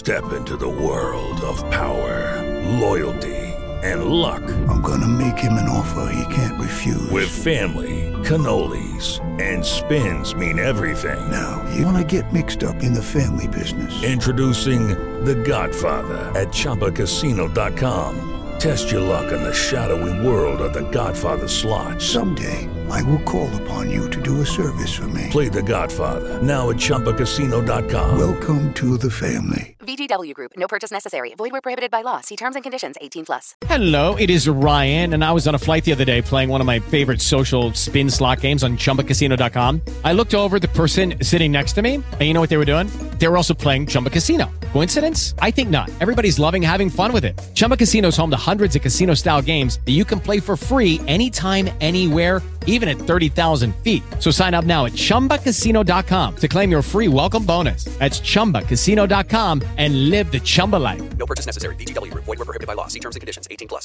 Step into the world of power, loyalty, and luck. I'm gonna make him an offer he can't refuse. With family, cannolis, and spins mean everything. Now, you wanna get mixed up in the family business. Introducing The Godfather at ChumbaCasino.com. Test your luck in the shadowy world of The Godfather slot. Someday, I will call upon you to do a service for me. Play The Godfather now at ChumbaCasino.com. Welcome to the family. VGW Group. No purchase necessary. Void where prohibited by law. See terms and conditions. 18+. Hello, it is Ryan, and I was on a flight the other day playing one of my favorite social spin slot games on ChumbaCasino.com. I looked over at the person sitting next to me, and you know what they were doing? They were also playing Chumba Casino. Coincidence? I think not. Everybody's loving having fun with it. Chumba Casino is home to hundreds of casino-style games that you can play for free anytime, anywhere, even at 30,000 feet. So sign up now at ChumbaCasino.com to claim your free welcome bonus. That's ChumbaCasino.com and live the Chumba life. No purchase necessary. VGW Group. Void where prohibited by law. See terms and conditions. 18+.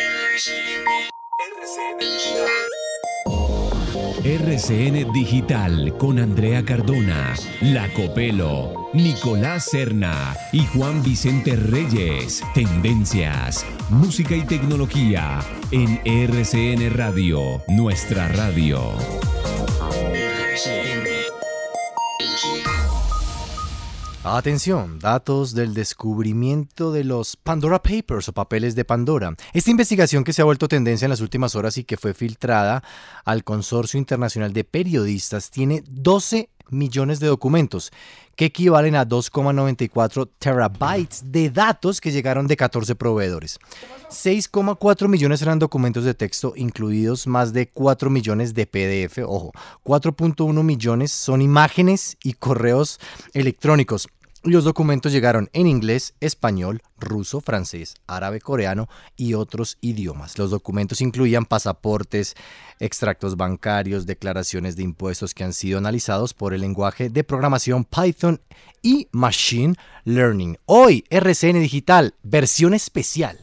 RCN Digital con Andrea Cardona, Lacopelo, Nicolás Serna y Juan Vicente Reyes. Tendencias, música y tecnología en RCN Radio, nuestra radio. Atención, datos del descubrimiento de los Pandora Papers o papeles de Pandora. Esta investigación que se ha vuelto tendencia en las últimas horas y que fue filtrada al Consorcio Internacional de Periodistas tiene 12 millones de documentos que equivalen a 2,94 terabytes de datos que llegaron de 14 proveedores. 6,4 millones eran documentos de texto, incluidos más de 4 millones de PDF. Ojo, 4.1 millones son imágenes y correos electrónicos. Los documentos llegaron en inglés, español, ruso, francés, árabe, coreano y otros idiomas. Los documentos incluían pasaportes, extractos bancarios, declaraciones de impuestos que han sido analizados por el lenguaje de programación Python y Machine Learning. Hoy, RCN Digital, versión especial.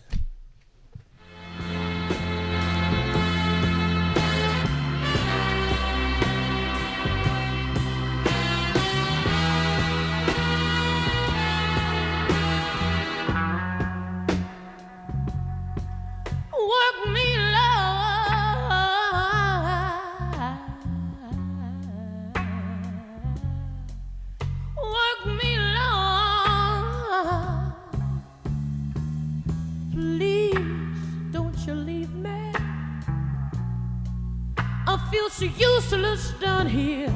So useless down here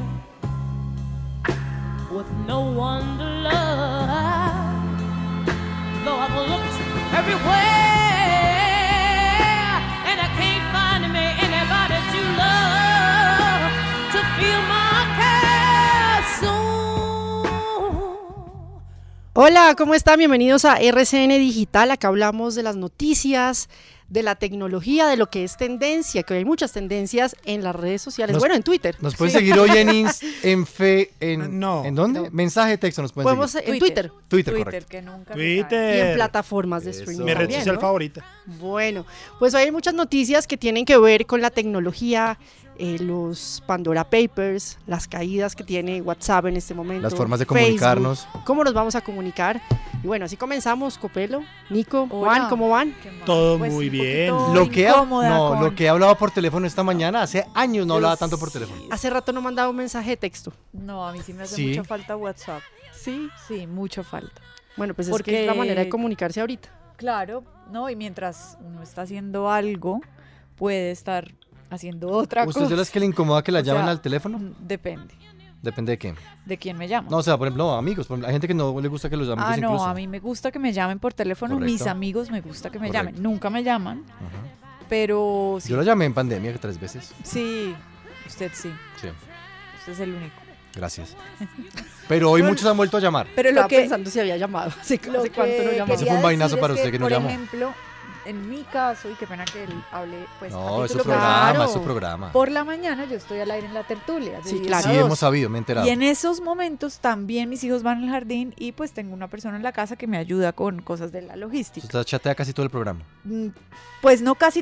with no one to love. Though I've looked everywhere and I can't find me anybody to love to feel my care. Hola, ¿cómo están? Bienvenidos a RCN Digital. Acá hablamos de las noticias, de la tecnología, de lo que es tendencia, que hay muchas tendencias en las redes sociales, en Twitter. Nos pueden seguir hoy ¿en dónde? No. Mensaje de texto nos pueden seguir. En Twitter. Twitter, correcto. Que nunca Twitter. Y en plataformas de streaming. Mi red social favorita. Bueno, pues hoy hay muchas noticias que tienen que ver con la tecnología, los Pandora Papers, las caídas que tiene WhatsApp en este momento, las formas de Facebook, comunicarnos, cómo nos vamos a comunicar. Y bueno, así comenzamos. Copelo, Nico, Juan, ¿cómo van? Todo pues muy bien. Lo que he hablado por teléfono esta mañana, hace años no hablaba tanto por teléfono. Hace rato no mandaba un mensaje de texto. No, a mí sí me hace mucha falta WhatsApp. ¿Sí? Sí, mucha falta. Bueno, pues porque es que es la manera de comunicarse ahorita. Claro, no, y mientras uno está haciendo algo, puede estar haciendo otra cosa. ¿Usted es de las que le incomoda que la llamen al teléfono? Depende. ¿Depende de qué? De quién me llama. No, o sea, por ejemplo, amigos. Hay gente que no le gusta que los llamen. No, incluso. a mí me gusta que me llamen por teléfono. Correcto. Mis amigos me gusta que me llamen. Nunca me llaman, pero sí. Yo lo llamé en pandemia 3 veces. Sí, usted sí. Sí. Usted es el único. Gracias. Pero hoy muchos han vuelto a llamar. Pero lo que pensando si había llamado. ¿Hace cuánto no llamó? Eso fue un vainazo para usted que no llamó. Por ejemplo, en mi caso, y qué pena que él hable, pues no, es su programa, es su programa. Por la mañana yo estoy al aire en la tertulia. Sí, claro. Sí, hemos sabido, me he enterado. Y en esos momentos también mis hijos van al jardín y pues tengo una persona en la casa que me ayuda con cosas de la logística. Usted chatea casi todo el programa. Pues no casi todo,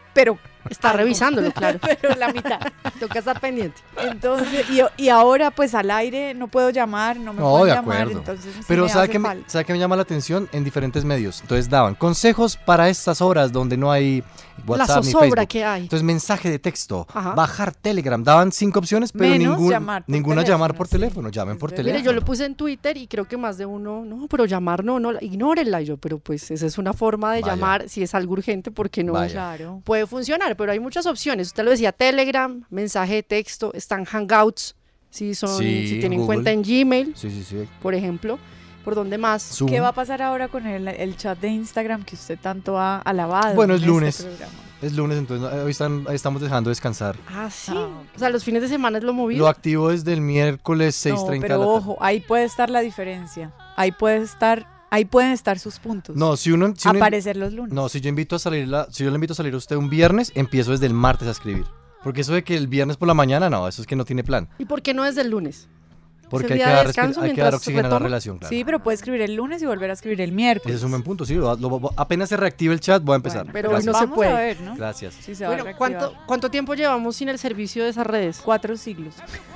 pero Está algo. revisándolo, claro. Pero la mitad. Toca estar pendiente. Entonces, y ahora pues al aire no puedo llamar, no me No, pueden de llamar, acuerdo. entonces sí Pero me ¿sabe hace qué falta. ¿sabe qué me llama la atención? En diferentes medios. Entonces daban consejos para estas horas donde no hay WhatsApp La ni zozobra Facebook. que hay. Entonces mensaje de texto, Ajá. bajar Telegram. Daban 5 opciones, pero Menos llamar por ninguna teléfono, llamar por sí. teléfono. Llamen por Es teléfono. Mire, yo lo puse en Twitter y creo que más de uno, no, pero llamar no, ignórenla. Y yo, pero pues esa es una forma de Vaya. llamar, si es algo urgente, porque no Vaya. Claro. puede funcionar, pero hay muchas opciones. Usted lo decía, Telegram, mensaje de texto, están Hangouts, si Sí, tienen Google. cuenta en Gmail, Sí. por ejemplo. ¿Por dónde más? Zoom. ¿Qué va a pasar ahora con el chat de Instagram que usted tanto ha alabado? Bueno, es en este lunes. programa? Es lunes, entonces ahí estamos dejando descansar. Ah, sí. Ah, ok. O sea, los fines de semana es lo movido. Lo activo desde el miércoles 6:30 No, de pero la tarde. ojo, ahí puede estar la diferencia. Ahí pueden estar sus puntos. No, si uno Aparecer los lunes. No, si yo le invito a salir a usted un viernes, empiezo desde el martes a escribir. Porque eso de que el viernes por la mañana, no, eso es que no tiene plan. ¿Y por qué no desde el lunes? Porque ¿Es el hay que día de dar, descanso hay que dar mientras se oxígeno a la retoma? relación, claro. Sí, pero puede escribir el lunes y volver a escribir el miércoles. Ese es un buen punto, sí. Apenas se reactive el chat, voy a empezar. Bueno, Pero hoy Gracias. no se vamos puede. a ver, ¿no? Gracias. Sí, se va a Bueno, reactivar. ¿cuánto tiempo llevamos sin el servicio de esas redes? 4 siglos.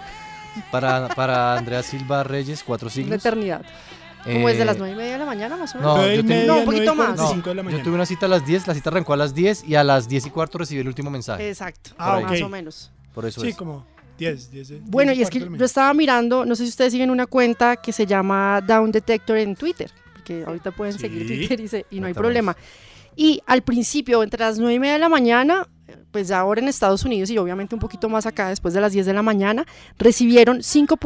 Para Andrea Silva Reyes, 4 Una siglos. eternidad. Como desde las Eh, 9:30 de la mañana, más o no, menos. yo tengo- No, un poquito más. 9:45 de la mañana. Yo tuve una cita a las 10, la cita arrancó a las 10 y a las 10:15 recibí el último mensaje. Exacto, Ah, más ok. o menos. Por eso Sí, es. como 10. Bueno, 10 y es que cuarto de la yo estaba mirando, no sé si ustedes siguen una cuenta que se llama Down Detector en Twitter, porque ahorita pueden Sí. seguir Twitter y no hay Cuéntanos. problema. Y al principio, entre las 9:30 de la mañana, pues ahora en Estados Unidos y obviamente un poquito más acá, después de las 10 de la mañana, recibieron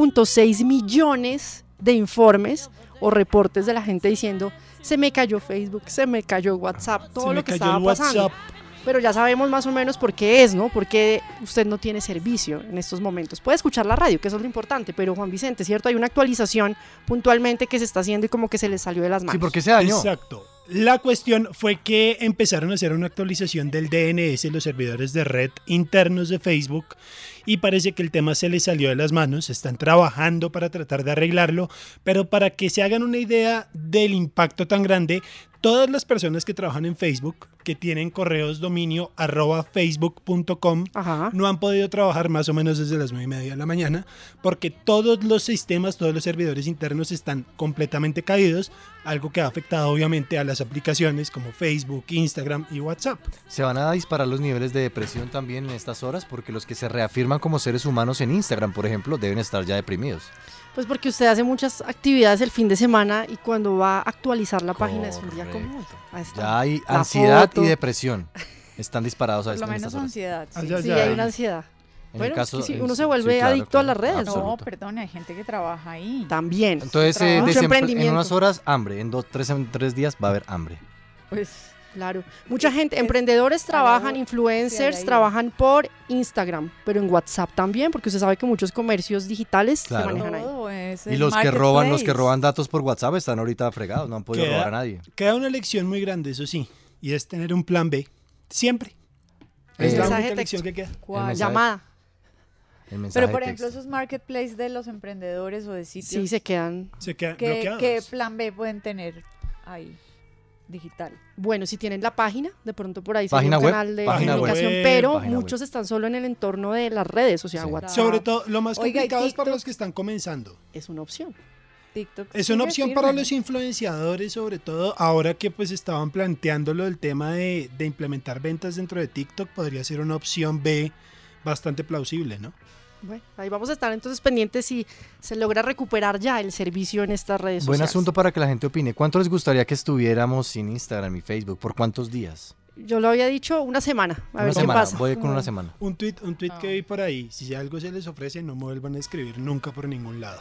5.6 millones de informes o reportes de la gente diciendo, se me cayó Facebook, se me cayó WhatsApp, todo Se lo me que cayó estaba el pasando. WhatsApp. Pero ya sabemos más o menos por qué es, ¿no? Porque usted no tiene servicio en estos momentos. Puede escuchar la radio, que eso es lo importante, pero Juan Vicente, ¿cierto? Hay una actualización puntualmente que se está haciendo y como que se le salió de las manos. Sí, porque se dañó. Exacto. La cuestión fue que empezaron a hacer una actualización del DNS, los servidores de red internos de Facebook, y parece que el tema se les salió de las manos. Están trabajando para tratar de arreglarlo, pero para que se hagan una idea del impacto tan grande, todas las personas que trabajan en Facebook, que tienen correos dominio @facebook.com, Ajá. no han podido trabajar más o menos desde las 9:30 de la mañana, porque todos los sistemas, todos los servidores internos están completamente caídos, algo que ha afectado obviamente a las aplicaciones como Facebook, Instagram y WhatsApp. Se van a disparar los niveles de depresión también en estas horas porque los que se reafirman como seres humanos en Instagram, por ejemplo, deben estar ya deprimidos. Pues porque usted hace muchas actividades el fin de semana y cuando va a actualizar la página es un día Correcto. común. Ahí está. Ya hay La ansiedad foto. y depresión. Están disparados a Por lo en menos estas horas. ansiedad. Ah, Sí. ya, Sí, ya. hay una ansiedad. En Bueno, el caso, es que si en- uno se sí, vuelve claro, adicto a las claro, redes. No, absoluto. perdón, hay gente que trabaja ahí. También. Entonces, Trabajo. Mucho en emprendimiento. unas horas, hambre. En 3 días va a haber hambre. Pues Claro, mucha gente, emprendedores trabajan, sí, influencers ahí. trabajan por Instagram, pero en WhatsApp también, porque usted sabe que muchos comercios digitales Claro. se manejan ahí. todo es Y el los que roban marketplace. datos por WhatsApp están ahorita fregados, no han podido robar a nadie. Queda una lección muy grande, eso sí, y es tener un plan B, siempre. Es la Mensaje única de lección texto. que queda. ¿Cuál? mensaje- Llamada, El mensaje Pero por de ejemplo, texto. esos marketplaces de los emprendedores o de sitios, sí se quedan. Se quedan ¿qué, bloqueados. qué plan B pueden tener ahí digital? Bueno, si tienen la página, de pronto por ahí Página sería un web, canal de página comunicación, web, pero página web. muchos están solo en el entorno de las redes, o sea, Sí. WhatsApp Sobre todo, lo más Oiga, y complicado es para TikTok. los que están comenzando. es una opción. TikTok Es una sigue opción firme, para ¿no? los influenciadores, sobre todo ahora que pues estaban planteando lo del tema de implementar ventas dentro de TikTok, podría ser una opción B bastante plausible, ¿no? Bueno, ahí vamos a estar entonces pendientes si se logra recuperar ya el servicio en estas redes Buen sociales. asunto para que la gente opine. ¿Cuánto les gustaría que estuviéramos sin Instagram y Facebook? ¿Por cuántos días? Yo lo había dicho una semana, a Una ver semana. qué pasa. Voy con una semana. Un tweet que vi por ahí, si algo se les ofrece, no me vuelvan a escribir nunca por ningún lado.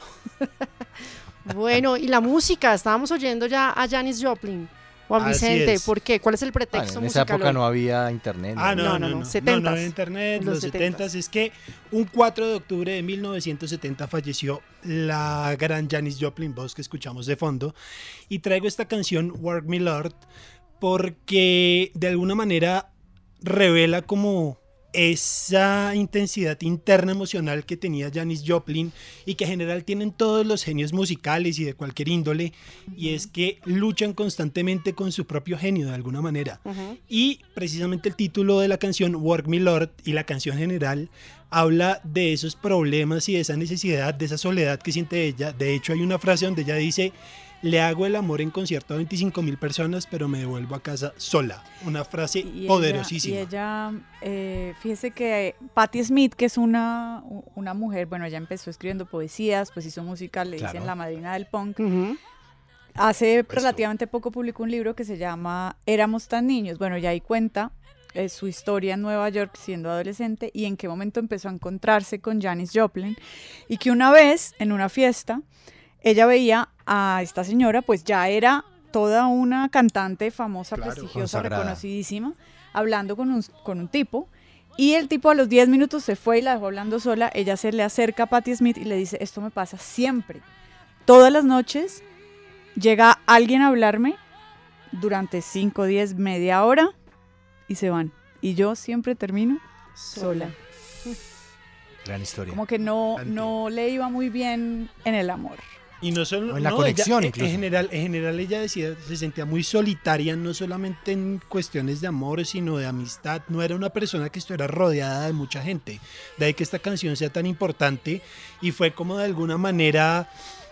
Bueno, y la música, estábamos oyendo ya a Janis Joplin. Juan Así Vicente, es. ¿por qué? ¿Cuál es el Ah, pretexto en esa musical época hoy? no había internet. Ah, no, No, no 70s. no había internet, Los los 70s. Es que un 4 de octubre de 1970 falleció la gran Janis Joplin, voz que escuchamos de fondo, y traigo esta canción, Work Me Lord, porque de alguna manera revela como esa intensidad interna emocional que tenía Janis Joplin y que en general tienen todos los genios musicales y de cualquier índole, y es que luchan constantemente con su propio genio de alguna manera. Y precisamente el título de la canción, Work Me Lord, y la canción en general, habla de esos problemas y de esa necesidad, de esa soledad que siente ella. De hecho, hay una frase donde ella dice: le hago el amor en concierto a 25,000 personas, pero me devuelvo a casa sola. Una frase poderosísima. Ella, fíjese que Patti Smith, que es una mujer, bueno, ella empezó escribiendo poesías, pues hizo música, le dicen la madrina del punk. Hace relativamente poco publicó un libro que se llama Éramos tan niños. Bueno, ya ahí cuenta su historia en Nueva York siendo adolescente y en qué momento empezó a encontrarse con Janis Joplin, y que una vez en una fiesta ella veía a esta señora, pues ya era toda una cantante famosa, prestigiosa, consagrada, reconocidísima, hablando con un tipo, y el tipo a los 10 minutos se fue y la dejó hablando sola. Ella se le acerca a Patti Smith y le dice: esto me pasa siempre, todas las noches llega alguien a hablarme durante 5, 10, media hora y se van, y yo siempre termino sola. Gran historia. Como que no le iba muy bien en el amor. Y no solo en la conexión, ella, incluso. En general ella decía, se sentía muy solitaria, no solamente en cuestiones de amor, sino de amistad. No era una persona que estuviera rodeada de mucha gente. De ahí que esta canción sea tan importante, y fue como de alguna manera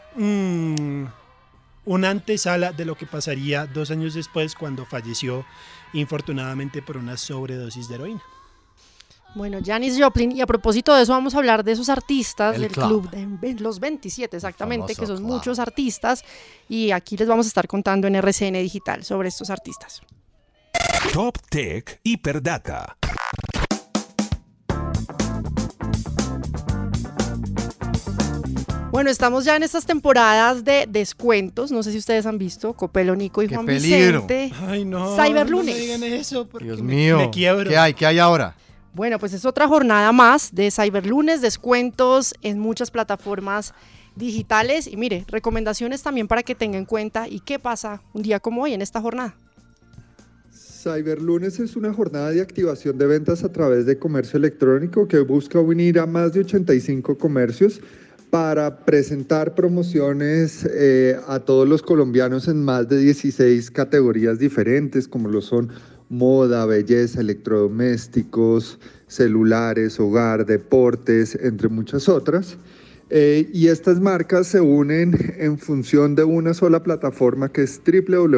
una antesala de lo que pasaría 2 años después, cuando falleció infortunadamente por una sobredosis de heroína. Bueno, Janis Joplin, y a propósito de eso vamos a hablar de esos artistas del club de los 27, exactamente, que son club. muchos artistas, y aquí les vamos a estar contando en RCN Digital sobre estos artistas. Top Tech Hiperdata. Bueno, estamos ya en estas temporadas de descuentos. No sé si ustedes han visto Copelo, Nico y ¡Qué Juan peligro! Vicente. Ay, no, Cyberlunes. no me digan eso, porque Dios mío, me quiebro. ¿Qué hay ahora? Bueno, pues es otra jornada más de Cyberlunes, descuentos en muchas plataformas digitales. Y mire, recomendaciones también para que tenga en cuenta y qué pasa un día como hoy en esta jornada. Cyberlunes es una jornada de activación de ventas a través de comercio electrónico que busca unir a más de 85 comercios para presentar promociones a todos los colombianos en más de 16 categorías diferentes, como lo son moda, belleza, electrodomésticos, celulares, hogar, deportes, entre muchas otras. Y estas marcas se unen en función de una sola plataforma, que es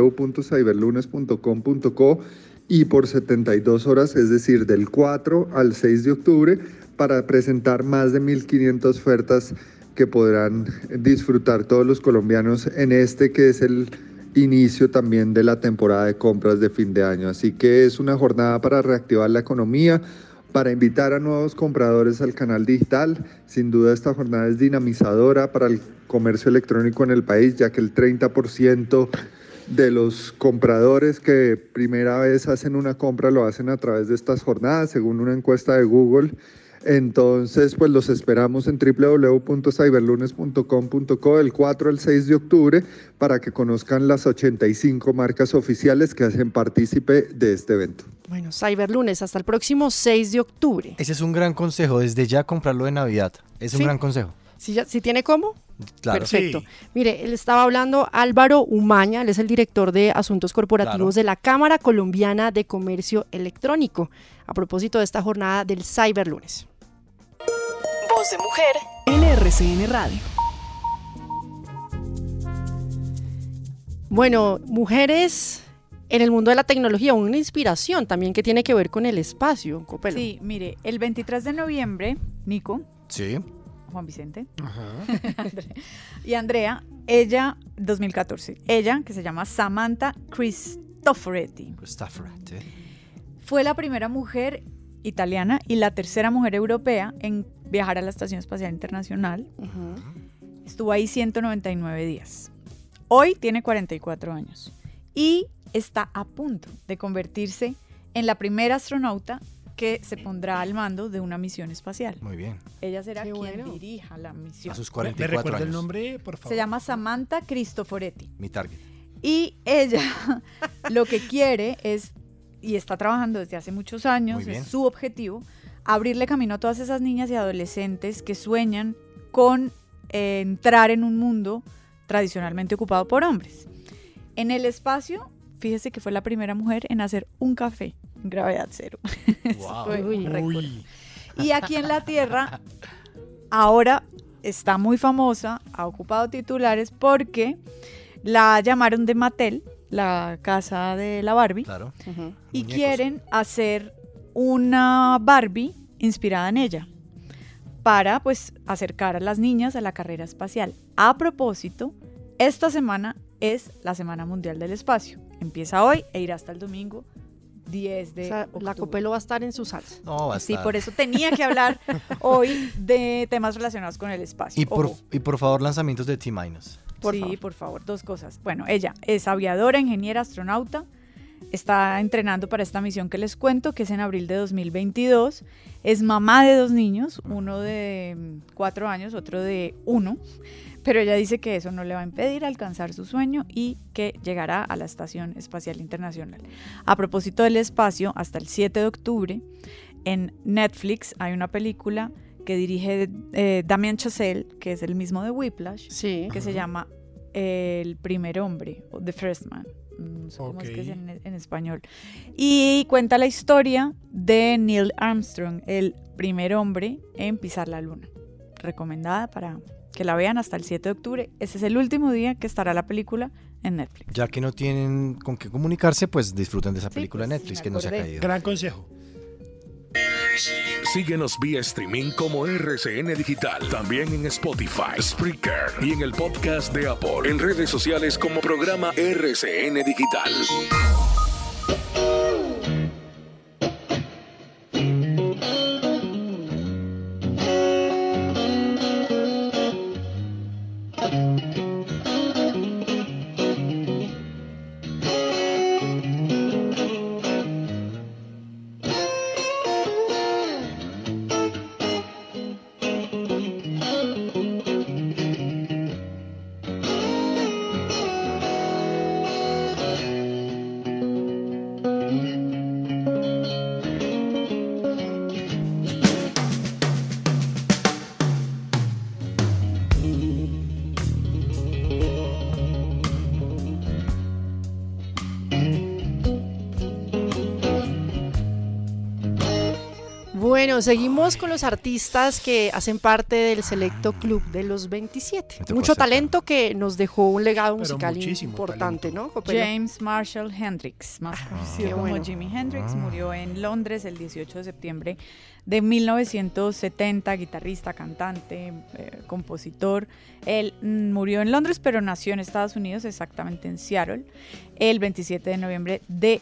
www.cyberlunes.com.co, y por 72 horas, es decir, del 4 al 6 de octubre, para presentar más de 1.500 ofertas que podrán disfrutar todos los colombianos en este que es el inicio también de la temporada de compras de fin de año. Así que es una jornada para reactivar la economía, para invitar a nuevos compradores al canal digital. Sin duda esta jornada es dinamizadora para el comercio electrónico en el país, ya que el 30% de los compradores que primera vez hacen una compra lo hacen a través de estas jornadas, según una encuesta de Google. Entonces, pues los esperamos en www.cyberlunes.com.co del 4 al 6 de octubre para que conozcan las 85 marcas oficiales que hacen partícipe de este evento. Bueno, Cyberlunes hasta el próximo 6 de octubre. Ese es un gran consejo, desde ya comprarlo de Navidad. Es un gran consejo. ¿Si tiene cómo? Claro. Perfecto. Sí. Mire, él estaba hablando Álvaro Umaña, él es el director de Asuntos Corporativos de la Cámara Colombiana de Comercio Electrónico, a propósito de esta jornada del Cyberlunes. Voz de mujer en RCN Radio. Bueno, mujeres en el mundo de la tecnología, una inspiración también que tiene que ver con el espacio, Copelo. Sí, mire, el 23 de noviembre, Nico, Sí. Juan Vicente Ajá. y Andrea, ella, 2014, ella, que se llama Samantha Cristoforetti, fue la primera mujer italiana y la tercera mujer europea en viajar a la Estación Espacial Internacional. Estuvo ahí 199 días. Hoy tiene 44 años y está a punto de convertirse en la primera astronauta que se pondrá al mando de una misión espacial. Muy bien. Ella será quien dirija la misión. A sus ¿Me 44 recuerda años. el nombre, por favor? Se llama Samantha Cristoforetti. Mi target. Y ella lo que quiere es, y está trabajando desde hace muchos años, Muy bien. es su objetivo, abrirle camino a todas esas niñas y adolescentes que sueñan con entrar en un mundo tradicionalmente ocupado por hombres. En el espacio, fíjese que fue la primera mujer en hacer un café en gravedad cero. Wow. Fue un récord. Y aquí en la Tierra, ahora está muy famosa, ha ocupado titulares porque la llamaron de Mattel, la casa de la Barbie, Claro. y Muñecos. quieren hacer una Barbie inspirada en ella para pues acercar a las niñas a la carrera espacial. A propósito, esta semana es la Semana Mundial del Espacio. Empieza hoy e irá hasta el domingo 10 de octubre. La Copelo va a estar en su salsa. No, va a Sí, estar. por eso tenía que hablar hoy de temas relacionados con el espacio. Y por favor, lanzamientos de T-. Por favor, 2 cosas. Bueno, ella es aviadora, ingeniera, astronauta. Está entrenando para esta misión que les cuento, que es en abril de 2022. Es mamá de 2 niños, uno de 4 años, otro de 1. Pero ella dice que eso no le va a impedir alcanzar su sueño y que llegará a la Estación Espacial Internacional. A propósito del espacio, hasta el 7 de octubre, en Netflix hay una película que dirige Damien Chazelle, que es el mismo de Whiplash, que se llama El primer hombre, o The First Man. No sé cómo es que es en español. Y cuenta la historia de Neil Armstrong, el primer hombre en pisar la luna. Recomendada para que la vean hasta el 7 de octubre. Ese es el último día que estará la película en Netflix. Ya que no tienen con qué comunicarse, pues disfruten de esa película de Netflix que no se ha caído. Gran consejo. Síguenos vía streaming como RCN Digital. También en Spotify, Spreaker y en el podcast de Apple. En redes sociales como programa RCN Digital. Bueno, seguimos con los artistas que hacen parte del selecto club de los 27. Mucho talento que nos dejó un legado musical importante, ¿no, Copelo? James Marshall Hendrix, más conocido como bueno. Jimi Hendrix, murió en Londres el 18 de septiembre de 1970, guitarrista, cantante, compositor. Él murió en Londres, pero nació en Estados Unidos, exactamente en Seattle, el 27 de noviembre de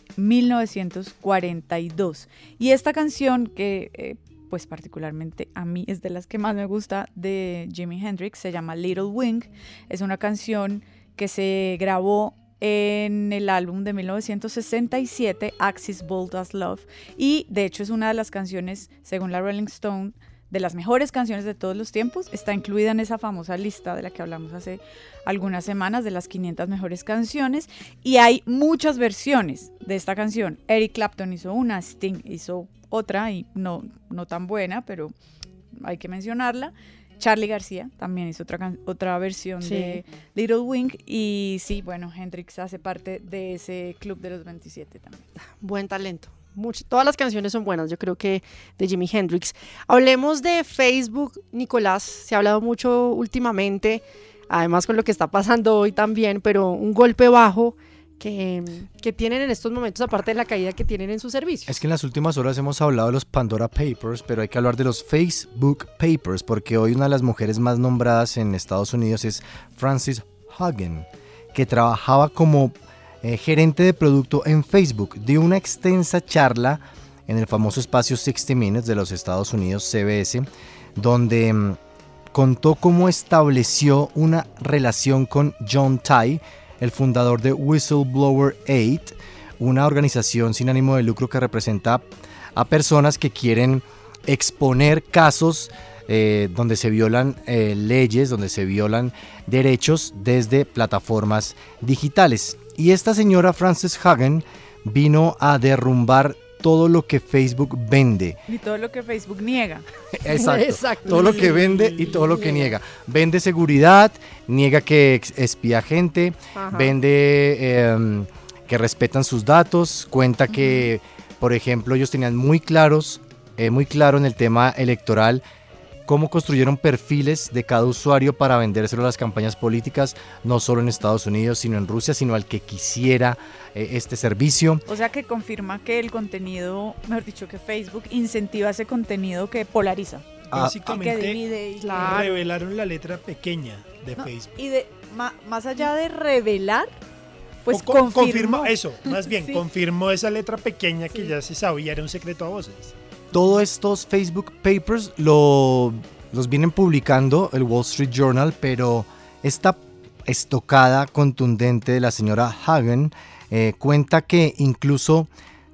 1942. Y esta canción que pues particularmente a mí es de las que más me gusta de Jimi Hendrix, se llama Little Wing. Es una canción que se grabó en el álbum de 1967, Axis Bold as Love, y de hecho es una de las canciones, según la Rolling Stone, de las mejores canciones de todos los tiempos. Está incluida en esa famosa lista de la que hablamos hace algunas semanas, de las 500 mejores canciones, y hay muchas versiones de esta canción. Eric Clapton hizo una, Sting hizo otra, y no tan buena, pero hay que mencionarla. Charly García también hizo otra versión de Little Wing, y sí, bueno, Hendrix hace parte de ese club de los 27 también. Buen talento. Todas las canciones son buenas, yo creo que de Jimi Hendrix. Hablemos de Facebook, Nicolás. Se ha hablado mucho últimamente, además con lo que está pasando hoy también, pero un golpe bajo que tienen en estos momentos, aparte de la caída que tienen en sus servicios. Es que en las últimas horas hemos hablado de los Pandora Papers, pero hay que hablar de los Facebook Papers, porque hoy una de las mujeres más nombradas en Estados Unidos es Frances Haugen, que trabajaba como gerente de producto en Facebook. Dio una extensa charla en el famoso espacio 60 Minutes de los Estados Unidos, CBS, donde contó cómo estableció una relación con John Tai, el fundador de Whistleblower Aid, una organización sin ánimo de lucro que representa a personas que quieren exponer casos donde se violan leyes, donde se violan derechos desde plataformas digitales. Y esta señora Frances Haugen vino a derrumbar todo lo que Facebook vende. Y todo lo que Facebook niega. Exacto. Todo lo que vende y todo lo que niega. Vende seguridad, niega que espía gente, vende que respetan sus datos, cuenta que, por ejemplo, ellos tenían muy claro en el tema electoral cómo construyeron perfiles de cada usuario para vendérselo a las campañas políticas, no solo en Estados Unidos, sino en Rusia, sino al que quisiera este servicio. O sea que confirma que el contenido, mejor dicho, que Facebook incentiva ese contenido que polariza. Básicamente que divide revelaron la letra pequeña de Facebook. Y más allá de revelar, pues confirmó eso, más bien, sí. Confirmó esa letra pequeña que ya se sabía, era un secreto a voces. Todos estos Facebook Papers los vienen publicando el Wall Street Journal, pero esta estocada contundente de la señora Hagen cuenta que incluso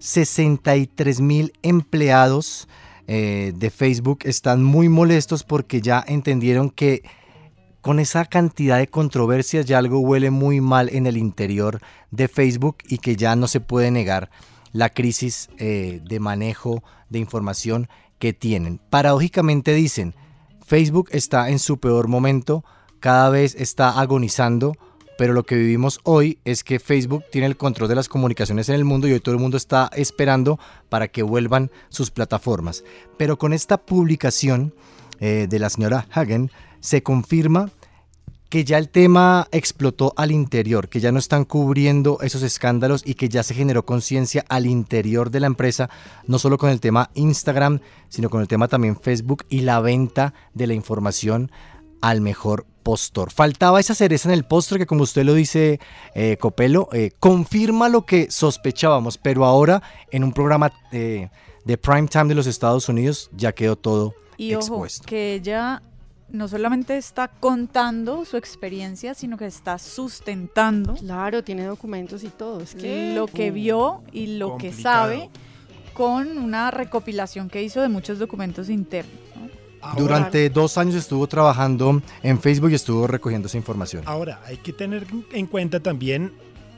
63,000 empleados de Facebook están muy molestos porque ya entendieron que con esa cantidad de controversias ya algo huele muy mal en el interior de Facebook y que ya no se puede negar la crisis de manejo de información que tienen. Paradójicamente dicen, Facebook está en su peor momento, cada vez está agonizando, pero lo que vivimos hoy es que Facebook tiene el control de las comunicaciones en el mundo y hoy todo el mundo está esperando para que vuelvan sus plataformas. Pero con esta publicación de la señora Hagen se confirma que ya el tema explotó al interior, que ya no están cubriendo esos escándalos y que ya se generó conciencia al interior de la empresa, no solo con el tema Instagram, sino con el tema también Facebook y la venta de la información al mejor postor. Faltaba esa cereza en el postre que, como usted lo dice, Copelo, confirma lo que sospechábamos, pero ahora en un programa de prime time de los Estados Unidos ya quedó todo expuesto. Ojo, que ella no solamente está contando su experiencia, sino que está sustentando. Claro, tiene documentos y todo. Es que lo que vio y lo complicado. que sabe con una recopilación que hizo de muchos documentos internos, ¿no? Durante 2 años estuvo trabajando en Facebook y estuvo recogiendo esa información. Ahora, hay que tener en cuenta también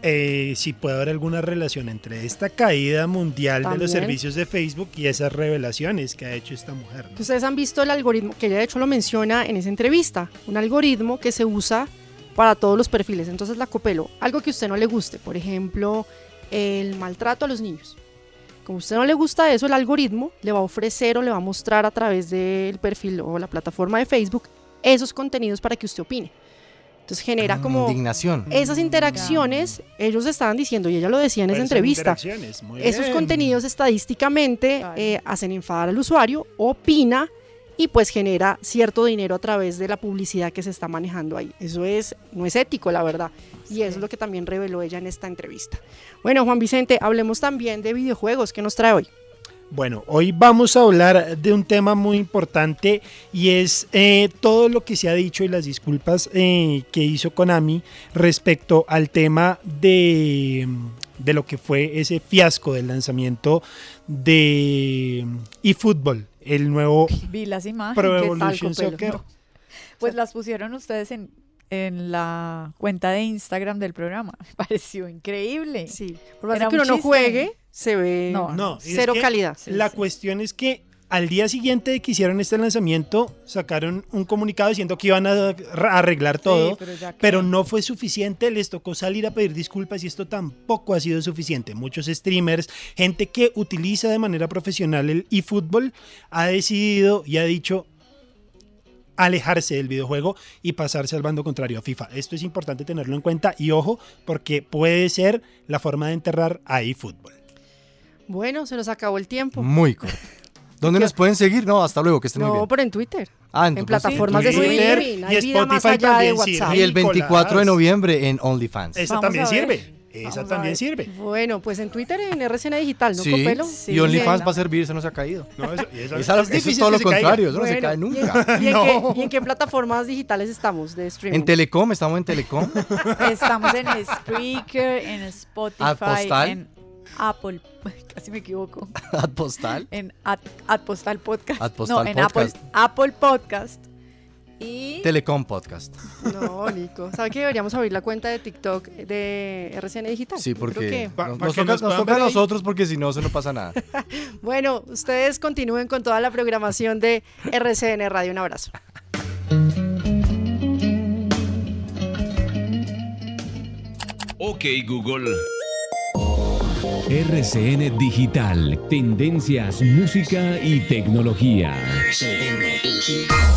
si puede haber alguna relación entre esta caída mundial de los servicios de Facebook y esas revelaciones que ha hecho esta mujer, ¿no? Ustedes han visto el algoritmo, que ella de hecho lo menciona en esa entrevista, un algoritmo que se usa para todos los perfiles. Entonces, la Copelo, algo que a usted no le guste, por ejemplo, el maltrato a los niños. Como a usted no le gusta eso, el algoritmo le va a ofrecer o le va a mostrar a través del perfil o la plataforma de Facebook esos contenidos para que usted opine. Entonces genera como indignación. Esas interacciones, ellos estaban diciendo, y ella lo decía en esa entrevista, esos contenidos estadísticamente hacen enfadar al usuario, opina y pues genera cierto dinero a través de la publicidad que se está manejando ahí. Eso no es ético, la verdad. Y eso es lo que también reveló ella en esta entrevista. Bueno, Juan Vicente, hablemos también de videojuegos. ¿Qué nos trae hoy? Bueno, hoy vamos a hablar de un tema muy importante y es todo lo que se ha dicho y las disculpas que hizo Konami respecto al tema de lo que fue ese fiasco del lanzamiento de eFootball, el nuevo Vi las imágenes. Pro Evolution Soccer. No. Pues las pusieron ustedes en la cuenta de Instagram del programa. Me pareció increíble. Sí, por más que uno no juegue, se ve cero calidad. La cuestión es que al día siguiente de que hicieron este lanzamiento, sacaron un comunicado diciendo que iban a arreglar todo, pero no fue suficiente, les tocó salir a pedir disculpas y esto tampoco ha sido suficiente. Muchos streamers, gente que utiliza de manera profesional el eFootball, ha decidido y ha dicho alejarse del videojuego y pasarse al bando contrario a FIFA. Esto es importante tenerlo en cuenta y ojo, porque puede ser la forma de enterrar a eFootball. Bueno, se nos acabó el tiempo. Muy corto. ¿Dónde nos pueden seguir? No, hasta luego, que estén muy bien. No, pero en Twitter. En plataformas de streaming. Y Spotify también sirve. Y el 24 de noviembre en OnlyFans. Esa también sirve. Esa también sirve. Bueno, pues en Twitter, en RCN Digital, ¿no, sí, Copelo? Sí, y OnlyFans va a servir, eso no se ha caído. No, eso es todo lo contrario, eso no se cae nunca. ¿Y en qué plataformas digitales estamos de streaming? En Telecom, estamos en Telecom. Estamos en Spreaker, en Spotify, en Apple, casi me equivoco. ¿Adpostal? En Adpostal Podcast. Adpostal en Podcast. Apple Podcast. Y Telecom Podcast. No, Nico. ¿Sabe que deberíamos abrir la cuenta de TikTok de RCN Digital? Sí, Yo creo porque que- nos toca a nosotros porque si no, eso no pasa nada. Bueno, ustedes continúen con toda la programación de RCN Radio. Un abrazo. Ok, Google. RCN Digital, tendencias, música y tecnología. RCN Digital.